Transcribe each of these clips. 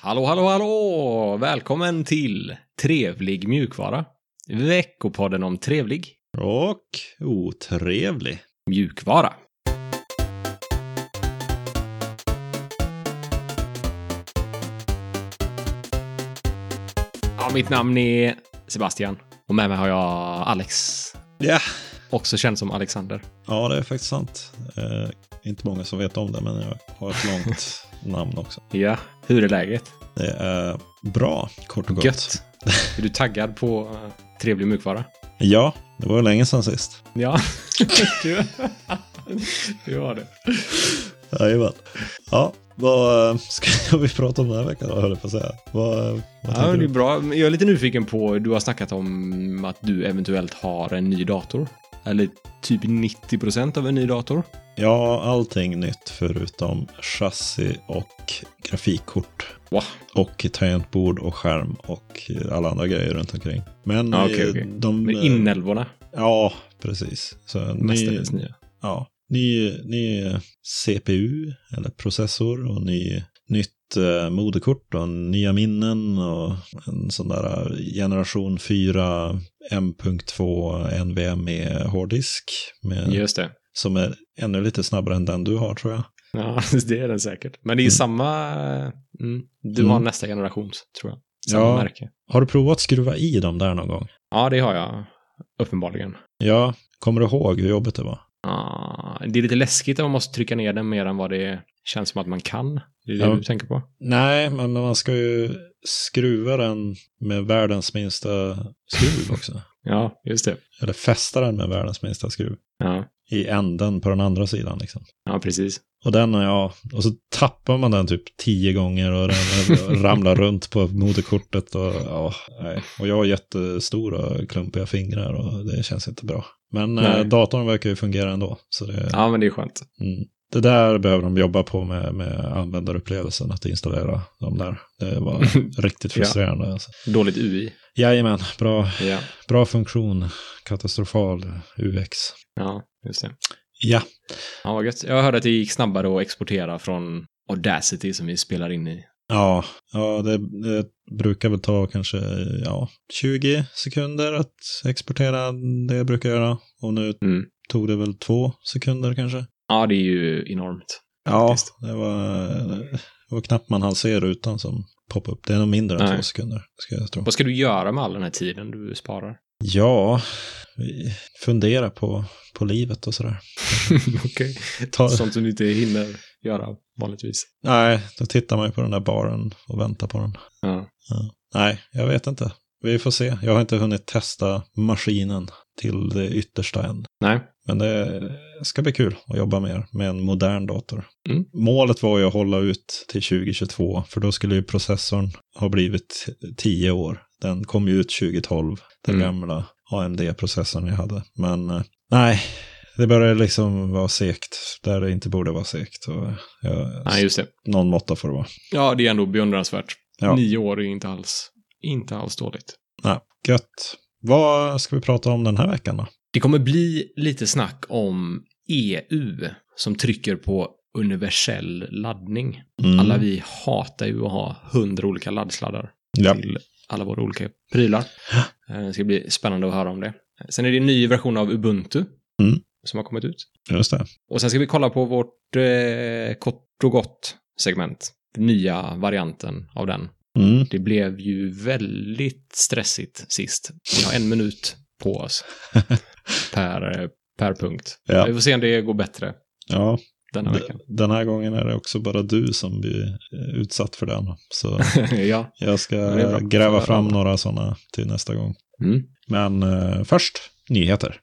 Hallå, hallå, hallå! Välkommen till Trevlig mjukvara. Veckopodden om trevlig och otrevlig mjukvara. Ja, mitt namn är Sebastian och med mig har jag Alex. Ja. Också känd som Alexander. Ja, det är faktiskt sant. Inte många som vet om det, men jag har ett långt namn också. Ja, hur är läget? Det är bra, kort och gott. Gött. Är du taggad på trevlig mukvara? Ja, det var länge sedan sist. Ja, det var det. Jajamän. Ja, vad ska vi prata om den här veckan då, höll jag på att säga. Vad ja, det är bra. Jag är lite nyfiken på, du har snackat om att du eventuellt har en ny dator. Eller typ 90% av en ny dator. Ja, allting nytt förutom chassi och grafikkort. Wow. Och tangentbord och skärm och alla andra grejer runt omkring. Men okay. Med inälvorna. Ja, precis. Så mestadels nya. Ja, ny CPU eller processor och nytt moderkort och nya minnen och en sån där generation 4 M.2 NVMe hårddisk med, just det. Som är ännu lite snabbare än den du har, tror jag. Ja, det är den säkert. Men det är samma du har nästa generations, tror jag. Samma märke. Har du provat att skruva i dem där någon gång? Ja, det har jag. Uppenbarligen. Ja, kommer du ihåg hur jobbigt det var? Det är lite läskigt att man måste trycka ner den mer än vad det känns som att man kan. Det är det du tänker på? Nej, men man ska ju skruva den med världens minsta skruv också. Ja, just det. Eller fästa den med världens minsta skruv. Ja. I änden på den andra sidan liksom. Ja, precis. Och den, och så tappar man den typ 10 gånger och den ramlar runt på moderkortet och jag har jättestora klumpiga fingrar och det känns inte bra. Men datorn verkar ju fungera ändå. Så det, ja, men det är skönt. Det där behöver de jobba på med användarupplevelsen, att installera dem där. Det var riktigt frustrerande. Ja. Alltså. Dåligt UI. Jajamän, bra funktion, katastrofal UX. Ja, just det. Ja. Ja, vad gött. Jag hörde att det gick snabbare att exportera från Audacity som vi spelar in i. Ja, det brukar väl ta kanske 20 sekunder att exportera det jag brukar göra. Och nu tog det väl 2 sekunder kanske. Ja, det är ju enormt. Faktiskt. Ja, det var knappt man hann se rutan som poppade upp. Det är nog mindre än 2 sekunder, ska jag tro. Vad ska du göra med all den här tiden du sparar? Ja, fundera på livet och sådär. Okej. Sånt som du inte hinner göra vanligtvis. Nej, då tittar man ju på den där baren och väntar på den. Ja. Nej, jag vet inte. Vi får se. Jag har inte hunnit testa maskinen till det yttersta än. Nej. Men det ska bli kul att jobba mer med en modern dator. Målet var ju att hålla ut till 2022, för då skulle ju processorn ha blivit 10 år. Den kom ju ut 2012, den gamla AMD-processorn jag hade. Men nej, det börjar liksom vara segt där det inte borde vara segt. Nej, just det. Någon måtta får det vara. Ja, det är ändå beundransvärt. Ja. 9 år är inte alls dåligt. Nej, gött. Vad ska vi prata om den här veckan då? Det kommer bli lite snack om EU som trycker på universell laddning. Alla vi hatar ju att ha 100 olika laddsladdar till alla våra olika prylar. Det ska bli spännande att höra om det. Sen är det en ny version av Ubuntu som har kommit ut. Just det. Och sen ska vi kolla på vårt kort och gott segment. Den nya varianten av den. Det blev ju väldigt stressigt sist. Vi har 1 minut på oss per punkt. Ja. Vi får se om det går bättre denna veckan. Den här gången är det också bara du som blir utsatt för den. Så jag ska gräva fram några sådana till nästa gång. Men först, nyheter.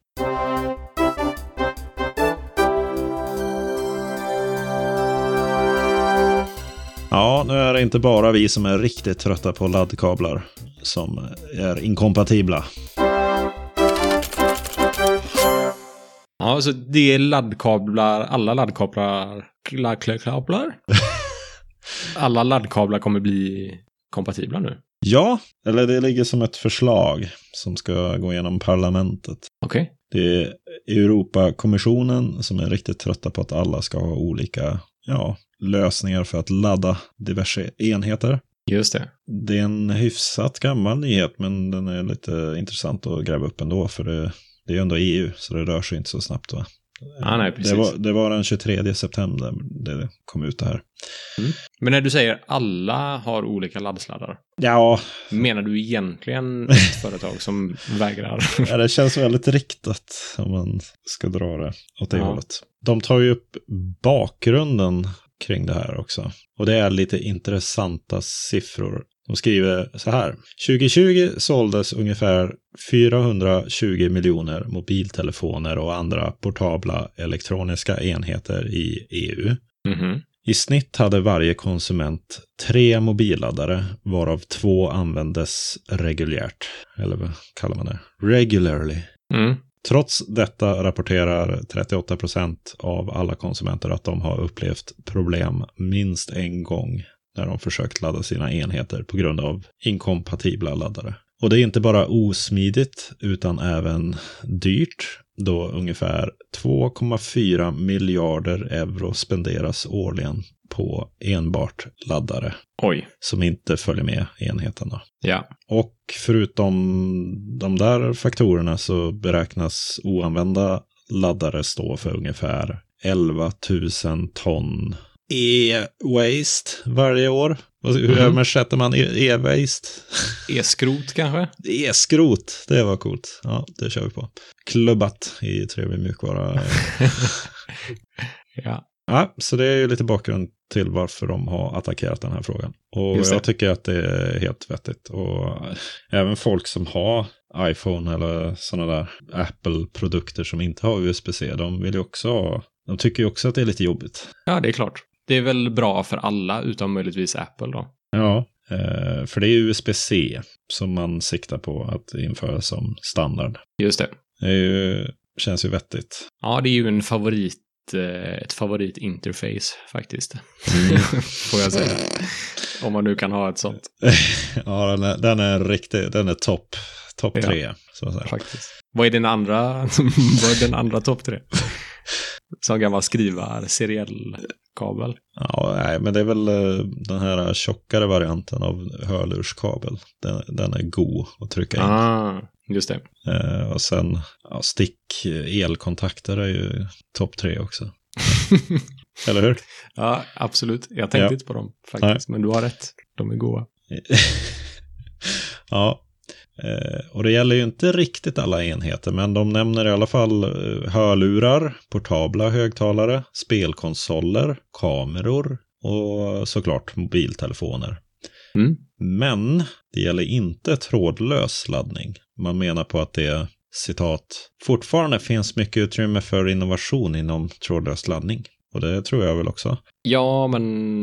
Ja, nu är det inte bara vi som är riktigt trötta på laddkablar som är inkompatibla. Ja, så det är laddkablar, alla laddkablar alla laddkablar kommer bli kompatibla nu. Ja, eller det ligger som ett förslag som ska gå igenom parlamentet. Okej. Det är Europakommissionen som är riktigt trötta på att alla ska ha olika lösningar för att ladda diverse enheter. Just det. Det är en hyfsat gammal nyhet, men den är lite intressant att gräva upp ändå, för det är ju ändå EU, så det rör sig inte så snabbt, va? Nej, precis. Det var den 23 september det kom ut det här. Mm. Men när du säger alla har olika laddsladdar, ja, menar du egentligen ett företag som vägrar? Ja, det känns väldigt riktat om man ska dra det åt det hållet. De tar ju upp bakgrunden kring det här också. Och det är lite intressanta siffror. De skriver så här. 2020 såldes ungefär 420 miljoner mobiltelefoner och andra portabla elektroniska enheter i EU. Mm-hmm. I snitt hade varje konsument 3 mobilladdare, varav 2 användes reguljärt. Eller vad kallar man det? Regularly. Mm. Trots detta rapporterar 38% av alla konsumenter att de har upplevt problem minst en gång när de försökt ladda sina enheter på grund av inkompatibla laddare. Och det är inte bara osmidigt utan även dyrt, då ungefär 2,4 miljarder euro spenderas årligen på enbart laddare. Oj. Som inte följer med enheterna. Ja. Och förutom de där faktorerna så beräknas oanvända laddare stå för ungefär 11 000 ton e-waste varje år. Hur översätter man e-waste? E-skrot kanske? E-skrot, det var coolt. Ja, det kör vi på. Klubbat i trevlig mjukvara. Ja. Ja, så det är ju lite bakgrund till varför de har attackerat den här frågan. Och jag tycker att det är helt vettigt. Och även folk som har iPhone eller sådana där Apple-produkter som inte har USB-C, de vill ju också de tycker ju också att det är lite jobbigt. Ja, det är klart. Det är väl bra för alla utom möjligtvis Apple då. Ja, för det är USB-C som man siktar på att införa som standard. Just det. Det känns ju vettigt. Ja, det är ju ett favoritinterface faktiskt. Får jag säga. Om man nu kan ha ett sånt. Ja, den är riktig. Den är topp 3. Så att säga. Faktiskt. Vad är den andra topp 3? Som gammal seriellkabel. Ja, nej, men det är väl den här tjockare varianten av hörlurskabel. Den är god att trycka in. Just det. Och sen stick elkontakter är ju topp 3 också. Eller hur? Ja, absolut. Jag tänkte inte på dem faktiskt, men du har rätt. De är goda. Ja. Och det gäller ju inte riktigt alla enheter, men de nämner i alla fall hörlurar, portabla högtalare, spelkonsoler, kameror och såklart mobiltelefoner. Mm. Men det gäller inte trådlös laddning. Man menar på att det, citat, fortfarande finns mycket utrymme för innovation inom trådlös laddning. Och det tror jag väl också. Ja, men...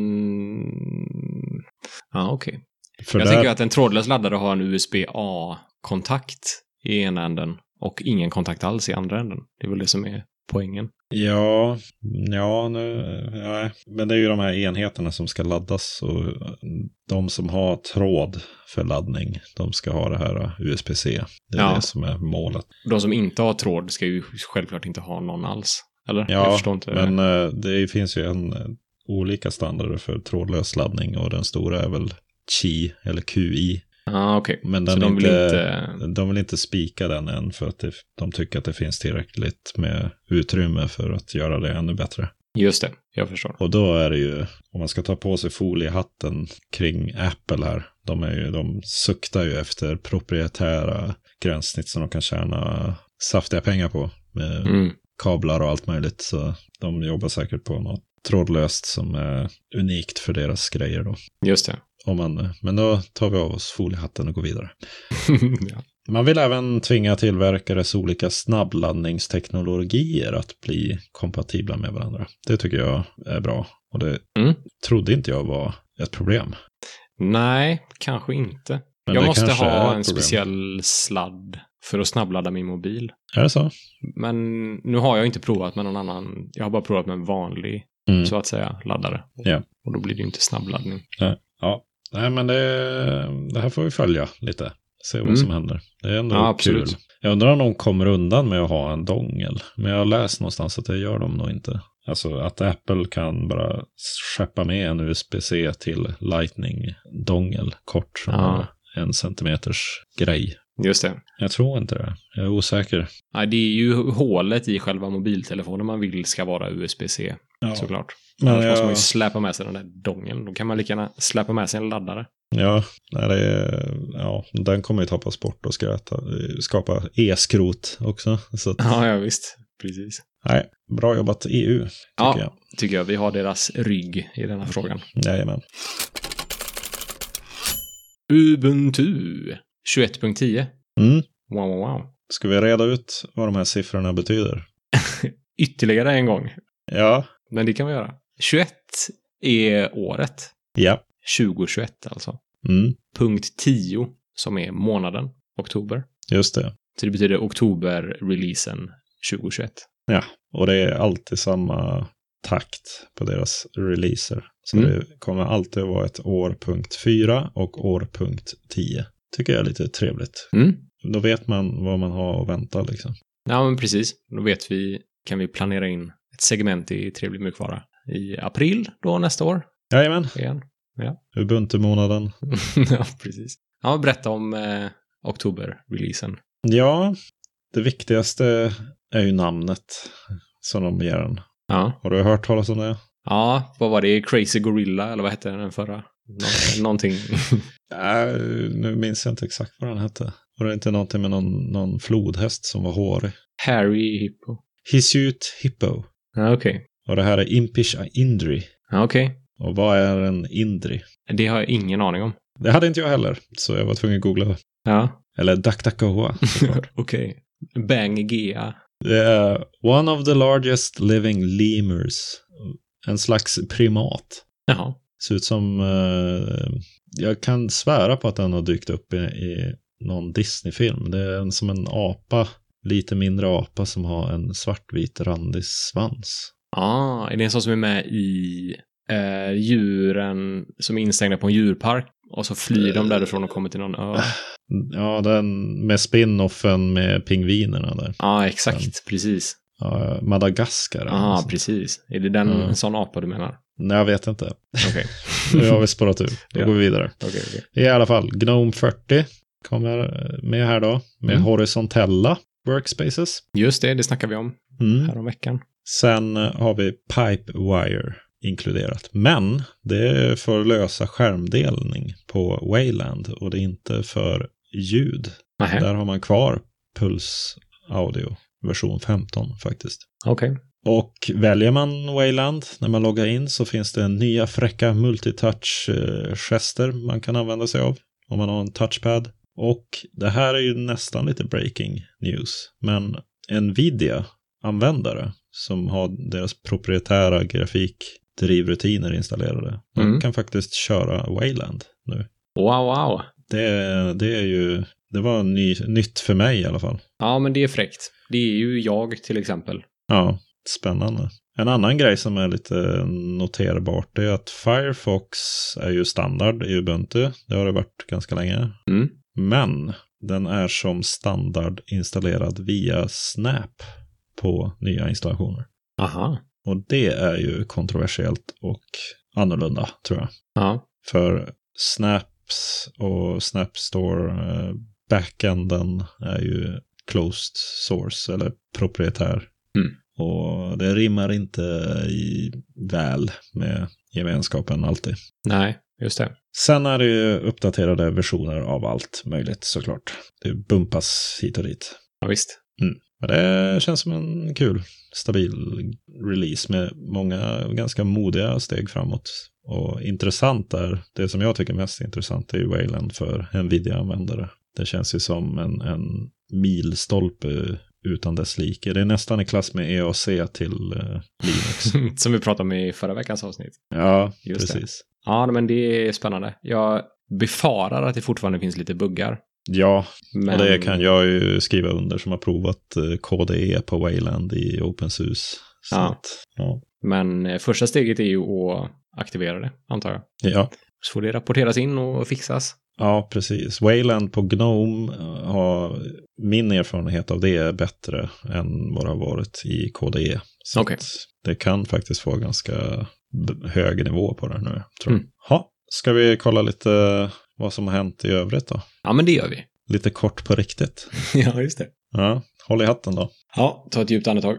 Ja, okej. Jag tänker att en trådlös laddare har en USB-A-kontakt i ena änden och ingen kontakt alls i andra änden. Det är väl det som är poängen. Ja, men det är ju de här enheterna som ska laddas och de som har tråd för laddning, de ska ha det här USB-C. Det är det som är målet. De som inte har tråd ska ju självklart inte ha någon alls. Eller? Ja, jag förstår inte. Men det finns ju olika standarder för trådlös laddning och den stora är väl Qi eller QI. Okej. Men de vill inte spika den än för att de tycker att det finns tillräckligt med utrymme för att göra det ännu bättre. Just det, jag förstår. Och då är det ju, om man ska ta på sig foliehatten kring Apple här, de suktar ju efter proprietära gränssnitt som de kan tjäna saftiga pengar på med kablar och allt möjligt. Så de jobbar säkert på något trådlöst som är unikt för deras grejer då. Just det. Men då tar vi av oss foliehatten och går vidare. Ja. Man vill även tvinga tillverkares olika snabbladdningsteknologier att bli kompatibla med varandra. Det tycker jag är bra. Och det trodde inte jag var ett problem. Nej, kanske inte. Men jag måste ha en speciell sladd för att snabbladda min mobil. Är det så? Men nu har jag inte provat med någon annan. Jag har bara provat med en vanlig, så att säga, laddare. Ja. Och då blir det ju inte snabbladdning. Ja. Nej, men det här får vi följa lite. Se vad som händer. Det är ändå kul. Jag undrar om de kommer undan med att ha en dongel. Men jag har läst någonstans att det gör de nog inte. Alltså att Apple kan bara skeppa med en USB-C till Lightning-dongel kort som 1 centimeters grej. Just det. Jag tror inte det. Jag är osäker. Nej, det är ju hålet i själva mobiltelefonen man vill ska vara USB-C, såklart. Men annars måste man ju släpa med sig den där dongeln. Då kan man lika gärna släpa med sig en laddare. Ja, den kommer ju tappas bort och skapa e-skrot också. Så att... Ja, visst. Precis. Nej, bra jobbat EU, tycker jag. Tycker jag. Vi har deras rygg i denna frågan. Jajamän. Ubuntu 21.10. Wow. Ska vi reda ut vad de här siffrorna betyder? Ytterligare en gång. Ja. Men det kan vi göra. 21 är året. Ja. 2021 alltså. Punkt 10 som är månaden, oktober. Just det. Så det betyder oktober-releasen 2021. Ja, och det är alltid samma takt på deras releaser. Så det kommer alltid att vara ett år punkt 4 och år punkt 10. Tycker jag är lite trevligt. Då vet man vad man har att vänta liksom. Ja, men precis. Då kan vi planera in ett segment i Trevlig mjukvara i april då nästa år. Jajamän. Igen. Ja. Ubuntu-månaden. Ja, precis. Ja, berätta om oktober-releasen. Ja, det viktigaste är ju namnet som de ger den. Ja. Har du hört talas om det? Ja, vad var det? Crazy Gorilla, eller vad hette den förra? Någonting. Nu minns jag inte exakt vad den hette. Var det inte någonting med någon flodhäst som var hårig? Harry Hippo. Hirsute Hippo. Ja, okej. Och det här är Impish Indri. Ja, okej. Och vad är en Indri? Det har jag ingen aning om. Det hade inte jag heller, så jag var tvungen att googla. Ja. Eller DuckDuckGoa. Okej. Bangea. Det är one of the largest living lemurs. En slags primat. Jaha. Ser ut som... jag kan svära på att den har dykt upp i någon Disney-film. Det är som en apa, lite mindre apa som har en svartvit randig svans. Är det en sån som är med i djuren som är instängda på en djurpark och så flyr de därifrån och kommer till någon ö? Ja, den med spin-offen med pingvinerna där. Ja, exakt, precis. Madagaskar. Precis. Är det en sån apa du menar? Nej, jag vet inte. Okej. Nu har vi spårat ut. Då går vi vidare. Okej. I alla fall, Gnome 40 kommer med här då. Med horisontella workspaces. Just det snackar vi om här om veckan. Sen har vi Pipewire inkluderat. Men det är för att lösa skärmdelning på Wayland och det är inte för ljud. Nähä. Där har man kvar Puls Audio version 15 faktiskt. Okej. Och väljer man Wayland när man loggar in så finns det nya fräcka multitouch-gester man kan använda sig av om man har en touchpad. Och det här är ju nästan lite breaking news. Men Nvidia-användare som har deras proprietära grafikdrivrutiner installerade. De kan faktiskt köra Wayland nu. Wow. Det var nytt för mig i alla fall. Ja, men det är fräckt. Det är ju jag till exempel. Ja, spännande. En annan grej som är lite noterbart är att Firefox är ju standard i Ubuntu. Det har det varit ganska länge. Men den är som standard installerad via Snap på nya installationer. Aha. Och det är ju kontroversiellt och annorlunda, tror jag. Ja. För Snaps och Snap Store backenden är ju closed source eller proprietär. Och det rimmar inte väl med gemenskapen alltid. Nej, just det. Sen är det ju uppdaterade versioner av allt möjligt såklart. Det bumpas hit och dit. Ja, visst. Men det känns som en kul, stabil release med många ganska modiga steg framåt. Och intressant är, det som jag tycker är mest intressant är ju Wayland för Nvidia-användare. Det känns ju som en milstolpe utan dess like. Det är nästan i klass med EAC till Linux. Som vi pratade om i förra veckans avsnitt. Ja, just precis. Det. Ja, men det är spännande. Jag befarar att det fortfarande finns lite buggar. Ja, och det kan jag ju skriva under som har provat KDE på Wayland i OpenSUSE. Ja. Men första steget är ju att aktivera det, antar jag. Ja. Så får det rapporteras in och fixas. Ja, precis. Wayland på GNOME har min erfarenhet av det är bättre än vad det har varit i KDE. Så det kan faktiskt få ganska hög nivå på det nu, tror jag. Ska vi kolla lite vad som har hänt i övrigt då? Ja, men det gör vi. Lite kort på riktigt. Ja, just det. Ja, håll i hatten då. Ja, ta ett djupt andetag.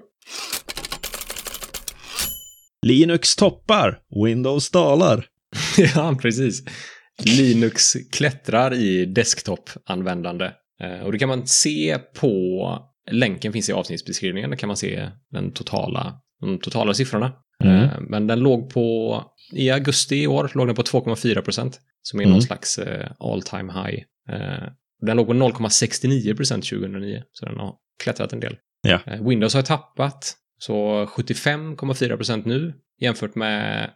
Linux toppar, Windows dalar. Ja, precis. Linux klättrar i desktop-användande. Och det kan man se på... Länken finns i avsnittsbeskrivningen. Där kan man se de totala siffrorna. Men den låg på... I augusti i år låg den på 2,4%. Som är någon slags all time high. Den låg på 0,69% 2009. Så den har klättrat en del. Ja. Windows har tappat. Så 75,4% nu jämfört med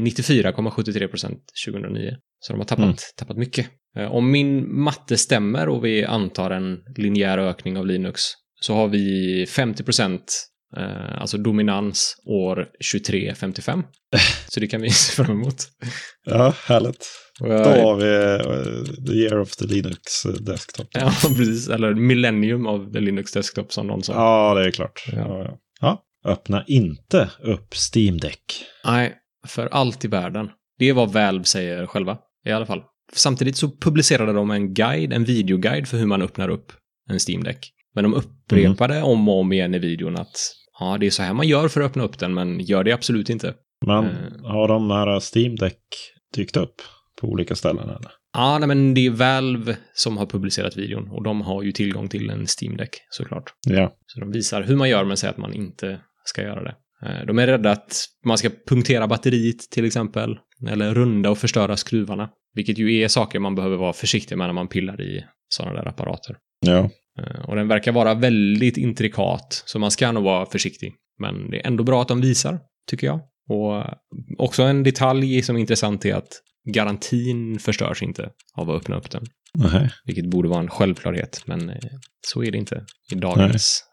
94,73% 2009. Så de har tappat mycket. Om min matte stämmer och vi antar en linjär ökning av Linux så har vi 50% alltså dominans år 2355. Så det kan vi se fram emot. Ja, härligt. Då har vi the year of the Linux desktop. Ja, precis. Eller millennium av the Linux desktop som någon sa. Ja, det är klart. Ja. Öppna inte upp Steam Deck. Nej, för allt i världen. Det är vad Valve säger själva, i alla fall. Samtidigt så publicerade de en videoguide för hur man öppnar upp en Steam Deck. Men de upprepade om och om igen i videon att det är så här man gör för att öppna upp den, men gör det absolut inte. Men har de här Steam Deck dykt upp på olika ställen eller? Ja, nej, men det är Valve som har publicerat videon och de har ju tillgång till en Steam Deck såklart. Ja. Så de visar hur man gör men säger att man inte ska göra det. De är rädda att man ska punktera batteriet till exempel eller runda och förstöra skruvarna, vilket ju är saker man behöver vara försiktig med när man pillar i sådana där apparater. Ja. Och den verkar vara väldigt intrikat så man ska nog vara försiktig. Men det är ändå bra att de visar, tycker jag. Och också en detalj som är intressant är att garantin förstörs inte av att öppna upp den. Nej. Vilket borde vara en självklarhet, men så är det inte i dagens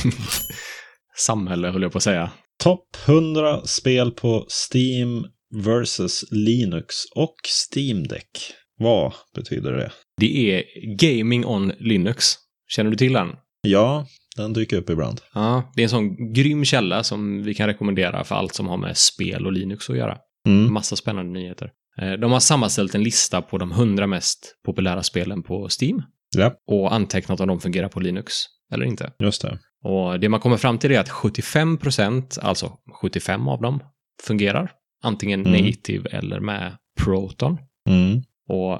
samhälle, höll jag på att säga. Topp 100 spel på Steam versus Linux och Steam Deck. Vad betyder det? Det är Gaming on Linux. Känner du till den? Ja, den dyker upp ibland. Ja, det är en sån grym källa som vi kan rekommendera för allt som har med spel och Linux att göra. Massa spännande nyheter. De har sammanställt en lista på de 100 mest populära spelen på Steam. Ja. Och antecknat om de fungerar på Linux eller inte. Just det. Och det man kommer fram till är att 75%, alltså 75 av dem, fungerar. Antingen native eller med Proton. Och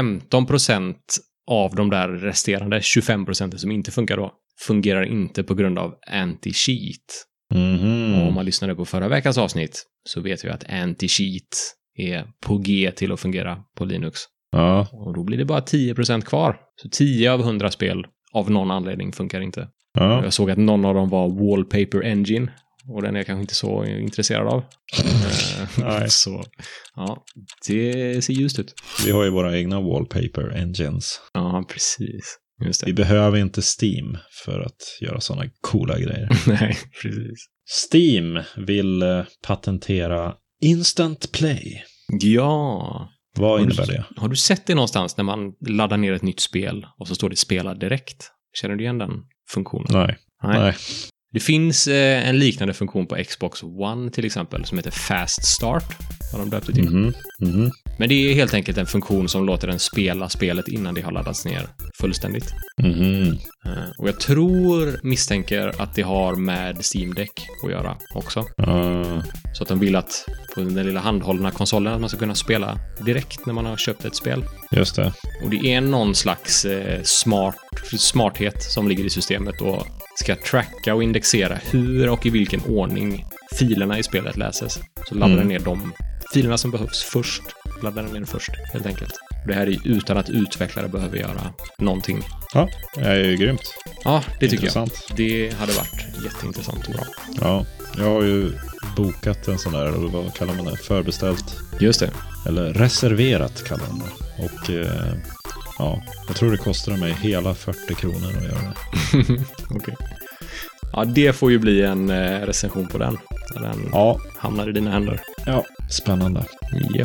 15% av de där resterande 25% som inte funkar då, fungerar inte på grund av anti-cheat. Och om man lyssnade på förra veckans avsnitt så vet vi att anti-cheat är på G till att fungera på Linux. Ja. Och då blir det bara 10% kvar. Så 10 av 100 spel av någon anledning funkar inte. Ja. Jag såg att någon av dem var Wallpaper Engine. Och den är jag kanske inte så intresserad av. Så ja, det ser ljust ut. Vi har ju våra egna Wallpaper Engines. Ja, precis. Just det. Vi behöver inte Steam för att göra sådana coola grejer. Nej, precis. Steam vill patentera Instant Play. Ja. Vad innebär det? Har du sett det någonstans när man laddar ner ett nytt spel och så står det spela direkt? Känner du igen den funktionen? Nej. Det finns en liknande funktion på Xbox One till exempel som heter Fast Start. Har de döpt det till. Men det är helt enkelt en funktion som låter den spela spelet innan det har laddats ner fullständigt. Och jag misstänker att det har med Steam Deck att göra också. Så att de vill att på den lilla handhållna konsolen att man ska kunna spela direkt när man har köpt ett spel. Just det. Och det är någon slags smarthet som ligger i systemet och ska tracka och indexera hur och i vilken ordning filerna i spelet läses. Så laddar den ner de filerna som behövs först. Laddar den ner först, helt enkelt. Det här är utan att utvecklare behöver göra någonting. Ja, det är ju grymt. Ja, det tycker jag. Det hade varit jätteintressant och bra. Ja, jag har ju bokat en sån där, eller vad kallar man det? Förbeställt. Just det. Eller reserverat kallar man det. Och ja, jag tror det kostar mig hela 40 kronor att göra det. Okej. Ja, det får ju bli en recension på den. När den hamnar i dina händer. Ja, spännande. Japp.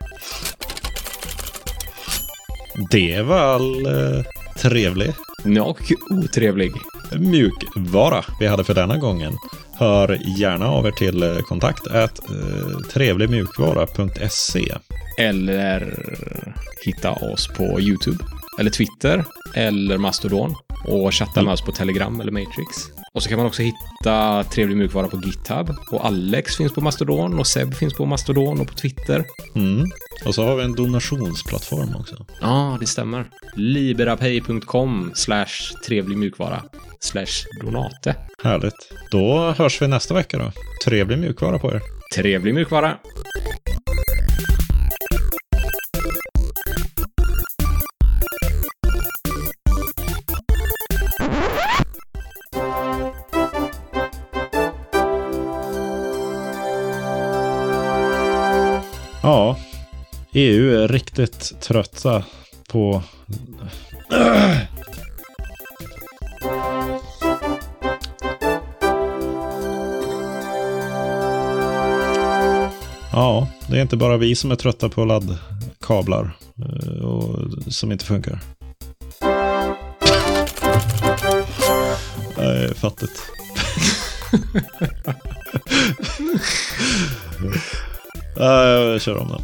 Det var all trevlig. Och otrevlig mjukvara vi hade för denna gången. hör gärna av er till kontakt trevligmjukvara.se. Eller hitta oss på YouTube eller Twitter eller Mastodon och chatta med oss på Telegram eller Matrix. Och så kan man också hitta Trevlig mjukvara på GitHub. Och Alex finns på Mastodon och Seb finns på Mastodon och på Twitter. Och så har vi en donationsplattform också. Ja, det stämmer. liberapay.com/trevligmjukvara/donate. Härligt. Då hörs vi nästa vecka då. Trevlig mjukvara på er. Trevlig mjukvara. Ja, EU är riktigt trötta på... Ja, det är inte bara vi som är trötta på laddkablar och som inte funkar. Nej, fattigt. Jag kör om den.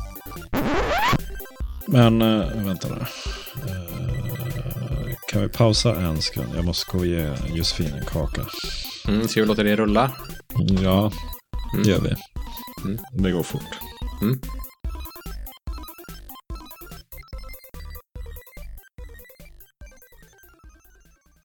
Men vänta där. Kan vi pausa en sekund? Jag måste gå och ge Josefin en kaka. Ska vi låta det rulla? Ja, det gör vi. Det går fort.